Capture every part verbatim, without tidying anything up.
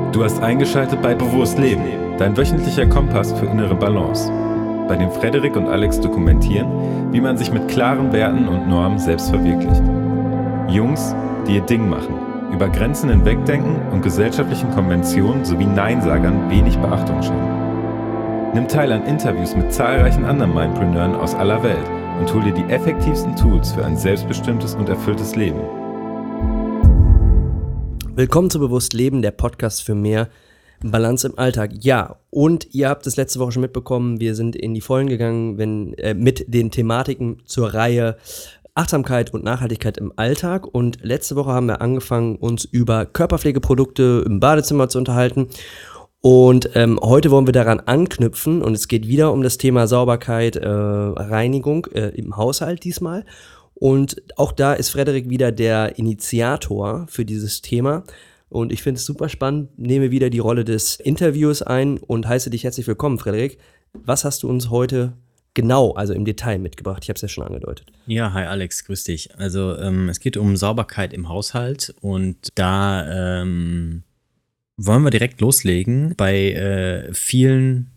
Du hast eingeschaltet bei Bewusst Leben, dein wöchentlicher Kompass für innere Balance, bei dem Frederik und Alex dokumentieren, wie man sich mit klaren Werten und Normen selbst verwirklicht. Jungs, die ihr Ding machen, über Grenzen hinwegdenken und gesellschaftlichen Konventionen sowie Neinsagern wenig Beachtung schenken. Nimm teil an Interviews mit zahlreichen anderen Mindpreneuren aus aller Welt und hol dir die effektivsten Tools für ein selbstbestimmtes und erfülltes Leben. Willkommen zu Bewusst Leben, der Podcast für mehr Balance im Alltag. Ja, und ihr habt es letzte Woche schon mitbekommen, wir sind in die Vollen gegangen, wenn, äh, mit den Thematiken zur Reihe Achtsamkeit und Nachhaltigkeit im Alltag. Und letzte Woche haben wir angefangen, uns über Körperpflegeprodukte im Badezimmer zu unterhalten. Und ähm, heute wollen wir daran anknüpfen und es geht wieder um das Thema Sauberkeit, äh, Reinigung äh, im Haushalt diesmal. Und auch da ist Frederik wieder der Initiator für dieses Thema. Und ich finde es super spannend, nehme wieder die Rolle des Interviews ein und heiße dich herzlich willkommen, Frederik. Was hast du uns heute genau, also im Detail mitgebracht? Ich habe es ja schon angedeutet. Ja, hi Alex, grüß dich. Also ähm, es geht um Sauberkeit im Haushalt und da ähm, wollen wir direkt loslegen. Bei äh, vielen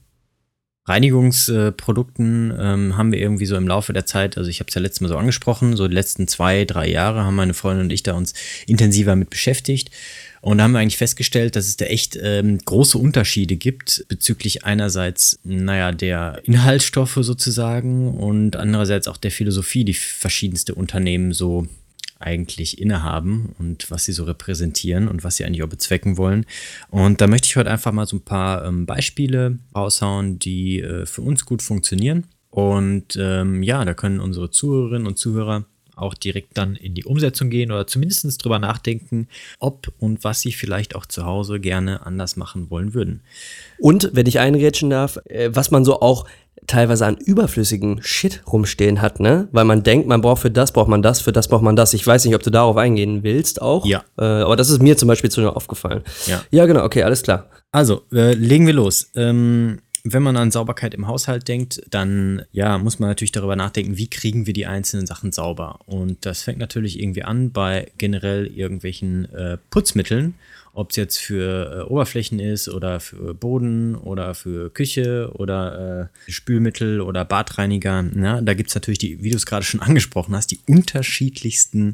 Reinigungsprodukten ähm, haben wir irgendwie so im Laufe der Zeit, also ich habe es ja letztes Mal so angesprochen, so die letzten zwei, drei Jahre haben meine Freundin und ich da uns intensiver mit beschäftigt und da haben wir eigentlich festgestellt, dass es da echt ähm, große Unterschiede gibt bezüglich einerseits, naja, der Inhaltsstoffe sozusagen und andererseits auch der Philosophie, die verschiedenste Unternehmen so eigentlich innehaben und was sie so repräsentieren und was sie eigentlich auch bezwecken wollen. Und da möchte ich heute einfach mal so ein paar ähm, Beispiele raushauen, die äh, für uns gut funktionieren. Und ähm, ja, da können unsere Zuhörerinnen und Zuhörer auch direkt dann in die Umsetzung gehen oder zumindest drüber nachdenken, ob und was sie vielleicht auch zu Hause gerne anders machen wollen würden. Und, wenn ich eingrätschen darf, äh, was man so auch teilweise an überflüssigen Shit rumstehen hat, ne? Weil man denkt, man braucht für das, braucht man das, für das braucht man das. Ich weiß nicht, ob du darauf eingehen willst auch. Ja. Äh, aber das ist mir zum Beispiel zu nur aufgefallen. Ja. Ja, genau, okay, alles klar. Also, äh, legen wir los. Ähm, wenn man an Sauberkeit im Haushalt denkt, dann ja, muss man natürlich darüber nachdenken, wie kriegen wir die einzelnen Sachen sauber. Und das fängt natürlich irgendwie an bei generell irgendwelchen äh, Putzmitteln. Ob es jetzt für äh, Oberflächen ist oder für Boden oder für Küche oder äh, Spülmittel oder Badreiniger. Ja, da gibt es natürlich, die, wie du es gerade schon angesprochen hast, die unterschiedlichsten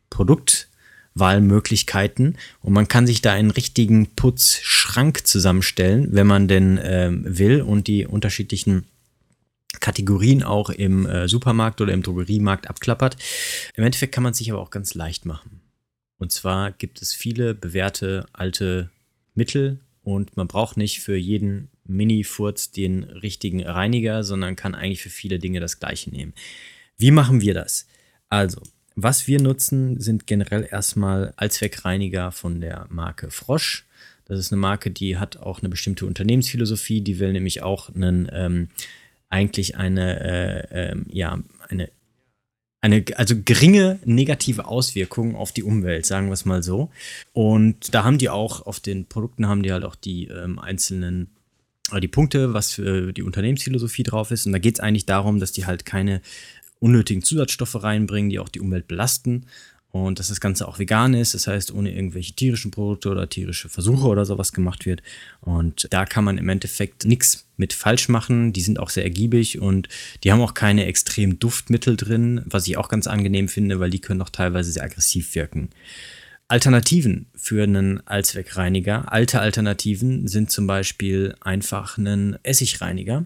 Produktwahlmöglichkeiten. Und man kann sich da einen richtigen Putzschrank zusammenstellen, wenn man denn ähm, will und die unterschiedlichen Kategorien auch im äh, Supermarkt oder im Drogeriemarkt abklappert. Im Endeffekt kann man es sich aber auch ganz leicht machen. Und zwar gibt es viele bewährte alte Mittel und man braucht nicht für jeden Mini-Furz den richtigen Reiniger, sondern kann eigentlich für viele Dinge das Gleiche nehmen. Wie machen wir das? Also, was wir nutzen, sind generell erstmal Allzweckreiniger von der Marke Frosch. Das ist eine Marke, die hat auch eine bestimmte Unternehmensphilosophie. Die will nämlich auch einen, ähm, eigentlich eine, äh, ähm, ja, eine Eine also geringe negative Auswirkung auf die Umwelt, sagen wir es mal so. Und da haben die auch, auf den Produkten haben die halt auch die ähm, einzelnen, äh, die Punkte, was für die Unternehmensphilosophie drauf ist. Und da geht es eigentlich darum, dass die halt keine unnötigen Zusatzstoffe reinbringen, die auch die Umwelt belasten. Und dass das Ganze auch vegan ist, das heißt, ohne irgendwelche tierischen Produkte oder tierische Versuche oder sowas gemacht wird. Und da kann man im Endeffekt nichts mit falsch machen. Die sind auch sehr ergiebig und die haben auch keine extremen Duftmittel drin, was ich auch ganz angenehm finde, weil die können auch teilweise sehr aggressiv wirken. Alternativen für einen Allzweckreiniger, alte Alternativen sind zum Beispiel einfach ein Essigreiniger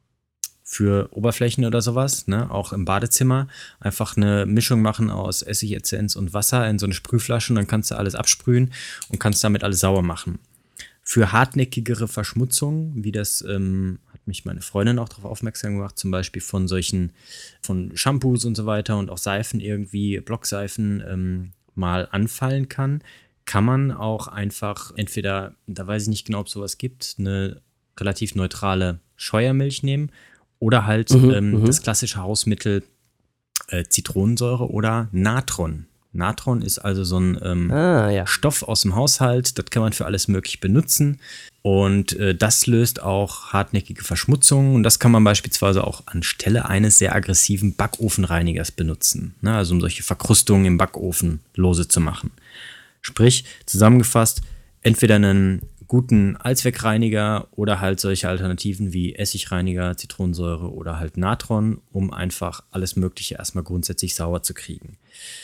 für Oberflächen oder sowas, ne, auch im Badezimmer, einfach eine Mischung machen aus Essigessenz und Wasser in so eine Sprühflasche und dann kannst du alles absprühen und kannst damit alles sauber machen. Für hartnäckigere Verschmutzung, wie das ähm, hat mich meine Freundin auch darauf aufmerksam gemacht, zum Beispiel von solchen, von Shampoos und so weiter und auch Seifen irgendwie, Blockseifen ähm, mal anfallen kann, kann man auch einfach entweder, da weiß ich nicht genau, ob es sowas gibt, eine relativ neutrale Scheuermilch nehmen oder halt Mhm, ähm, mhm. das klassische Hausmittel äh, Zitronensäure oder Natron. Natron ist also so ein ähm, Ah, ja. Stoff aus dem Haushalt, das kann man für alles möglich benutzen und äh, das löst auch hartnäckige Verschmutzungen und das kann man beispielsweise auch anstelle eines sehr aggressiven Backofenreinigers benutzen, ne? Also um solche Verkrustungen im Backofen lose zu machen. Sprich, zusammengefasst, entweder einen guten Allzweckreiniger oder halt solche Alternativen wie Essigreiniger, Zitronensäure oder halt Natron, um einfach alles Mögliche erstmal grundsätzlich sauber zu kriegen.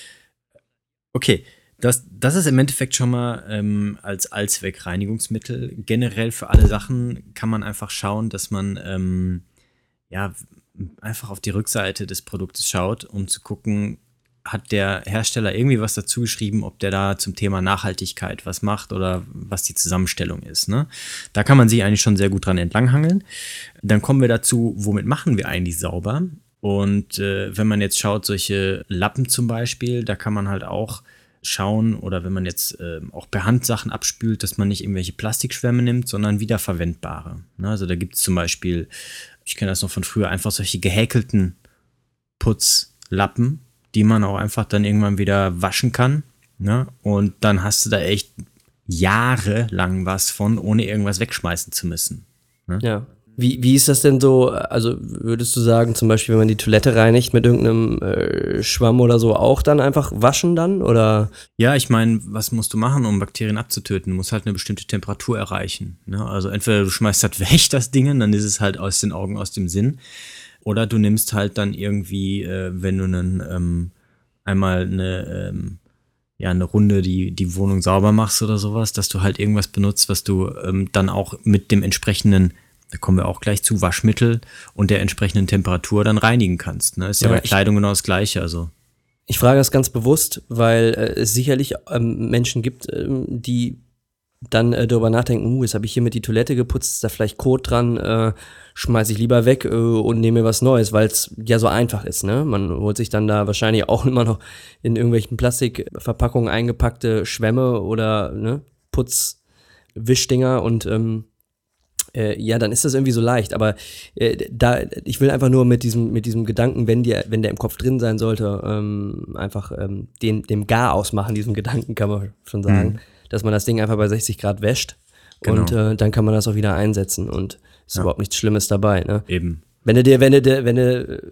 Okay, das, das ist im Endeffekt schon mal ähm, als Allzweckreinigungsmittel. Generell für alle Sachen kann man einfach schauen, dass man ähm, ja einfach auf die Rückseite des Produktes schaut, um zu gucken, hat der Hersteller irgendwie was dazu geschrieben, ob der da zum Thema Nachhaltigkeit was macht oder was die Zusammenstellung ist. Ne? Da kann man sich eigentlich schon sehr gut dran entlanghangeln. Dann kommen wir dazu, womit machen wir eigentlich sauber? Und äh, wenn man jetzt schaut, solche Lappen zum Beispiel, da kann man halt auch schauen, oder wenn man jetzt äh, auch per Hand Sachen abspült, dass man nicht irgendwelche Plastikschwämme nimmt, sondern wiederverwendbare. Ne? Also da gibt es zum Beispiel, ich kenne das noch von früher, einfach solche gehäkelten Putzlappen, die man auch einfach dann irgendwann wieder waschen kann. Ne? Und dann hast du da echt jahrelang was von, ohne irgendwas wegschmeißen zu müssen. Ne? Ja. Wie, wie ist das denn so, also würdest du sagen, zum Beispiel, wenn man die Toilette reinigt mit irgendeinem äh, Schwamm oder so, auch dann einfach waschen dann, oder? Ja, ich meine, was musst du machen, um Bakterien abzutöten? Du musst halt eine bestimmte Temperatur erreichen. Ne? Also entweder du schmeißt das weg, das Ding, dann ist es halt aus den Augen, aus dem Sinn. Oder du nimmst halt dann irgendwie, äh, wenn du einen, ähm, einmal eine, ähm, ja, eine Runde die, die Wohnung sauber machst oder sowas, dass du halt irgendwas benutzt, was du ähm, dann auch mit dem entsprechenden, da kommen wir auch gleich zu, Waschmittel und der entsprechenden Temperatur dann reinigen kannst. Ne? Ist ja, ja bei Kleidung genau das Gleiche. Also. Ich frage das ganz bewusst, weil äh, es sicherlich ähm, Menschen gibt, ähm, die dann äh, darüber nachdenken, uh, jetzt habe ich hier mit die Toilette geputzt, ist da vielleicht Kot dran, äh, schmeiße ich lieber weg äh, und nehme mir was Neues, weil es ja so einfach ist, ne? Man holt sich dann da wahrscheinlich auch immer noch in irgendwelchen Plastikverpackungen eingepackte Schwämme oder ne, Putzwischdinger und ähm, äh, ja, dann ist das irgendwie so leicht, aber äh, da, ich will einfach nur mit diesem, mit diesem Gedanken, wenn der, wenn der im Kopf drin sein sollte, ähm, einfach ähm, den, dem Gar ausmachen, diesen Gedanken kann man schon sagen, mhm. dass man das Ding einfach bei sechzig Grad wäscht genau. und äh, dann kann man das auch wieder einsetzen und ist ja. überhaupt nichts Schlimmes dabei, ne? Eben. Wenn du dir, wenn du, wenn du,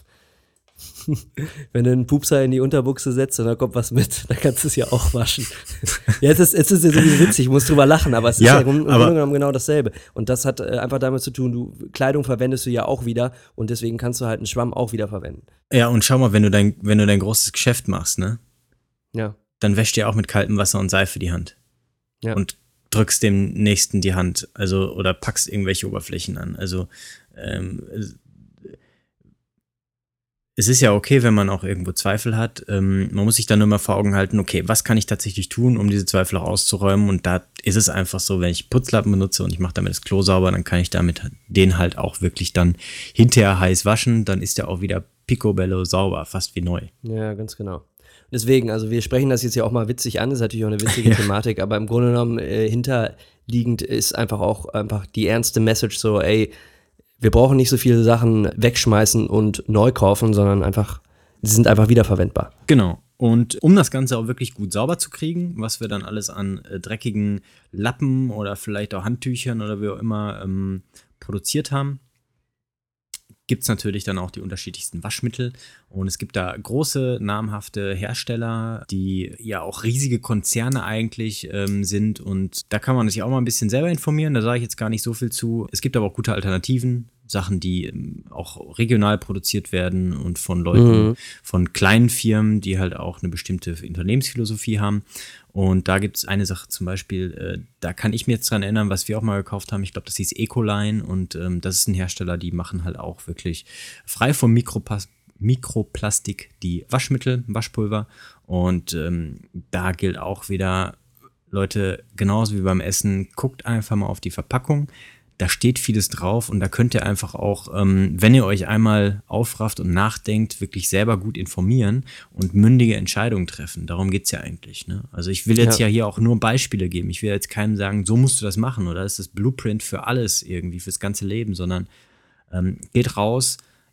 wenn du einen Pupser in die Unterbuchse setzt und da kommt was mit, dann kannst du es ja auch waschen. Ja, es ist, es ist ja sowieso witzig, ich muss drüber lachen, aber es ist ja, ja im Grunde genommen genau dasselbe. Und das hat äh, einfach damit zu tun, du, Kleidung verwendest du ja auch wieder und deswegen kannst du halt einen Schwamm auch wieder verwenden. Ja, und schau mal, wenn du dein, wenn du dein großes Geschäft machst, ne? Ja. Dann wäschst du ja auch mit kaltem Wasser und Seife die Hand. Ja. Und drückst dem Nächsten die Hand, also, oder packst irgendwelche Oberflächen an. Also, ähm, es ist ja okay, wenn man auch irgendwo Zweifel hat. Ähm, man muss sich dann nur mal vor Augen halten, okay, was kann ich tatsächlich tun, um diese Zweifel auch auszuräumen? Und da ist es einfach so, wenn ich Putzlappen benutze und ich mache damit das Klo sauber, dann kann ich damit den halt auch wirklich dann hinterher heiß waschen. Dann ist der auch wieder picobello sauber, fast wie neu. Ja, ganz genau. Deswegen, also wir sprechen das jetzt ja auch mal witzig an, ist natürlich auch eine witzige ja. Thematik, aber im Grunde genommen äh, hinterliegend ist einfach auch einfach die ernste Message so, ey, wir brauchen nicht so viele Sachen wegschmeißen und neu kaufen, sondern einfach, sie sind einfach wiederverwendbar. Genau. Und um das Ganze auch wirklich gut sauber zu kriegen, was wir dann alles an äh, dreckigen Lappen oder vielleicht auch Handtüchern oder wie auch immer ähm, produziert haben, gibt es natürlich dann auch die unterschiedlichsten Waschmittel. Und es gibt da große, namhafte Hersteller, die ja auch riesige Konzerne eigentlich ähm, sind. Und da kann man sich auch mal ein bisschen selber informieren. Da sage ich jetzt gar nicht so viel zu. Es gibt aber auch gute Alternativen. Sachen, die ähm, auch regional produziert werden und von Leuten, mhm. von kleinen Firmen, die halt auch eine bestimmte Unternehmensphilosophie haben. Und da gibt es eine Sache zum Beispiel, äh, da kann ich mir jetzt dran erinnern, was wir auch mal gekauft haben. Ich glaube, das hieß Ecoline und ähm, das ist ein Hersteller, die machen halt auch wirklich frei von Mikropas- Mikroplastik die Waschmittel, Waschpulver. Und ähm, da gilt auch wieder, Leute, genauso wie beim Essen, guckt einfach mal auf die Verpackung. Da steht vieles drauf und da könnt ihr einfach auch, ähm, wenn ihr euch einmal aufrafft und nachdenkt, wirklich selber gut informieren und mündige Entscheidungen treffen. Darum geht's ja eigentlich. Ne? Also ich will jetzt ja. ja hier auch nur Beispiele geben. Ich will jetzt keinem sagen, so musst du das machen oder das ist das Blueprint für alles irgendwie, fürs ganze Leben, sondern ähm, geht raus,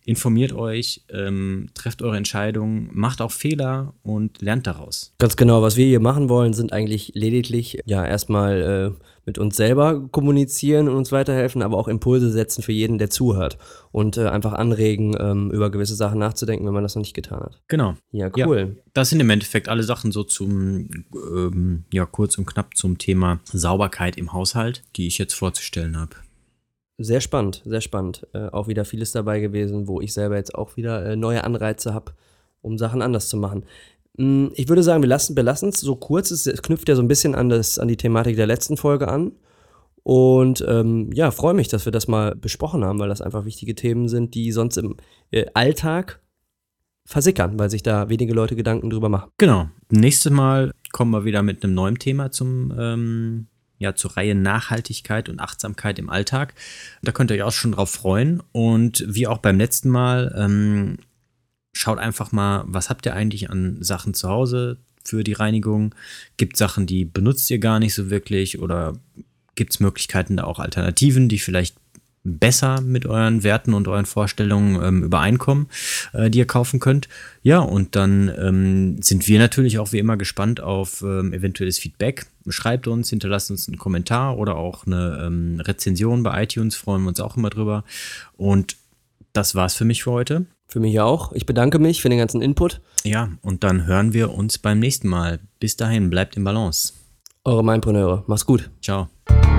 informiert euch, ähm, trefft eure Entscheidungen, macht auch Fehler und lernt daraus. Ganz genau, was wir hier machen wollen, sind eigentlich lediglich, ja, erstmal äh, mit uns selber kommunizieren und uns weiterhelfen, aber auch Impulse setzen für jeden, der zuhört und äh, einfach anregen, ähm, über gewisse Sachen nachzudenken, wenn man das noch nicht getan hat. Genau. Ja, cool. Ja, das sind im Endeffekt alle Sachen so zum, ähm, ja, kurz und knapp zum Thema Sauberkeit im Haushalt, die ich jetzt vorzustellen habe. Sehr spannend, sehr spannend. Äh, auch wieder vieles dabei gewesen, wo ich selber jetzt auch wieder äh, neue Anreize habe, um Sachen anders zu machen. Mm, ich würde sagen, wir lassen es so kurz. Es, es knüpft ja so ein bisschen an, das, an die Thematik der letzten Folge an. Und ähm, ja, freue mich, dass wir das mal besprochen haben, weil das einfach wichtige Themen sind, die sonst im äh, Alltag versickern, weil sich da wenige Leute Gedanken drüber machen. Genau. Nächstes Mal kommen wir wieder mit einem neuen Thema zum ähm ja, zur Reihe Nachhaltigkeit und Achtsamkeit im Alltag. Da könnt ihr euch auch schon drauf freuen. Und wie auch beim letzten Mal, ähm, schaut einfach mal, was habt ihr eigentlich an Sachen zu Hause für die Reinigung? Gibt es Sachen, die benutzt ihr gar nicht so wirklich? Oder gibt es Möglichkeiten, da auch Alternativen, die vielleicht besser mit euren Werten und euren Vorstellungen ähm, übereinkommen, äh, die ihr kaufen könnt. Ja, und dann ähm, sind wir natürlich auch wie immer gespannt auf ähm, eventuelles Feedback. Schreibt uns, hinterlasst uns einen Kommentar oder auch eine ähm, Rezension bei iTunes, freuen wir uns auch immer drüber. Und das war's für mich für heute. Für mich auch. Ich bedanke mich für den ganzen Input. Ja, und dann hören wir uns beim nächsten Mal. Bis dahin, bleibt im Balance. Eure Mindpreneure. Mach's gut. Ciao.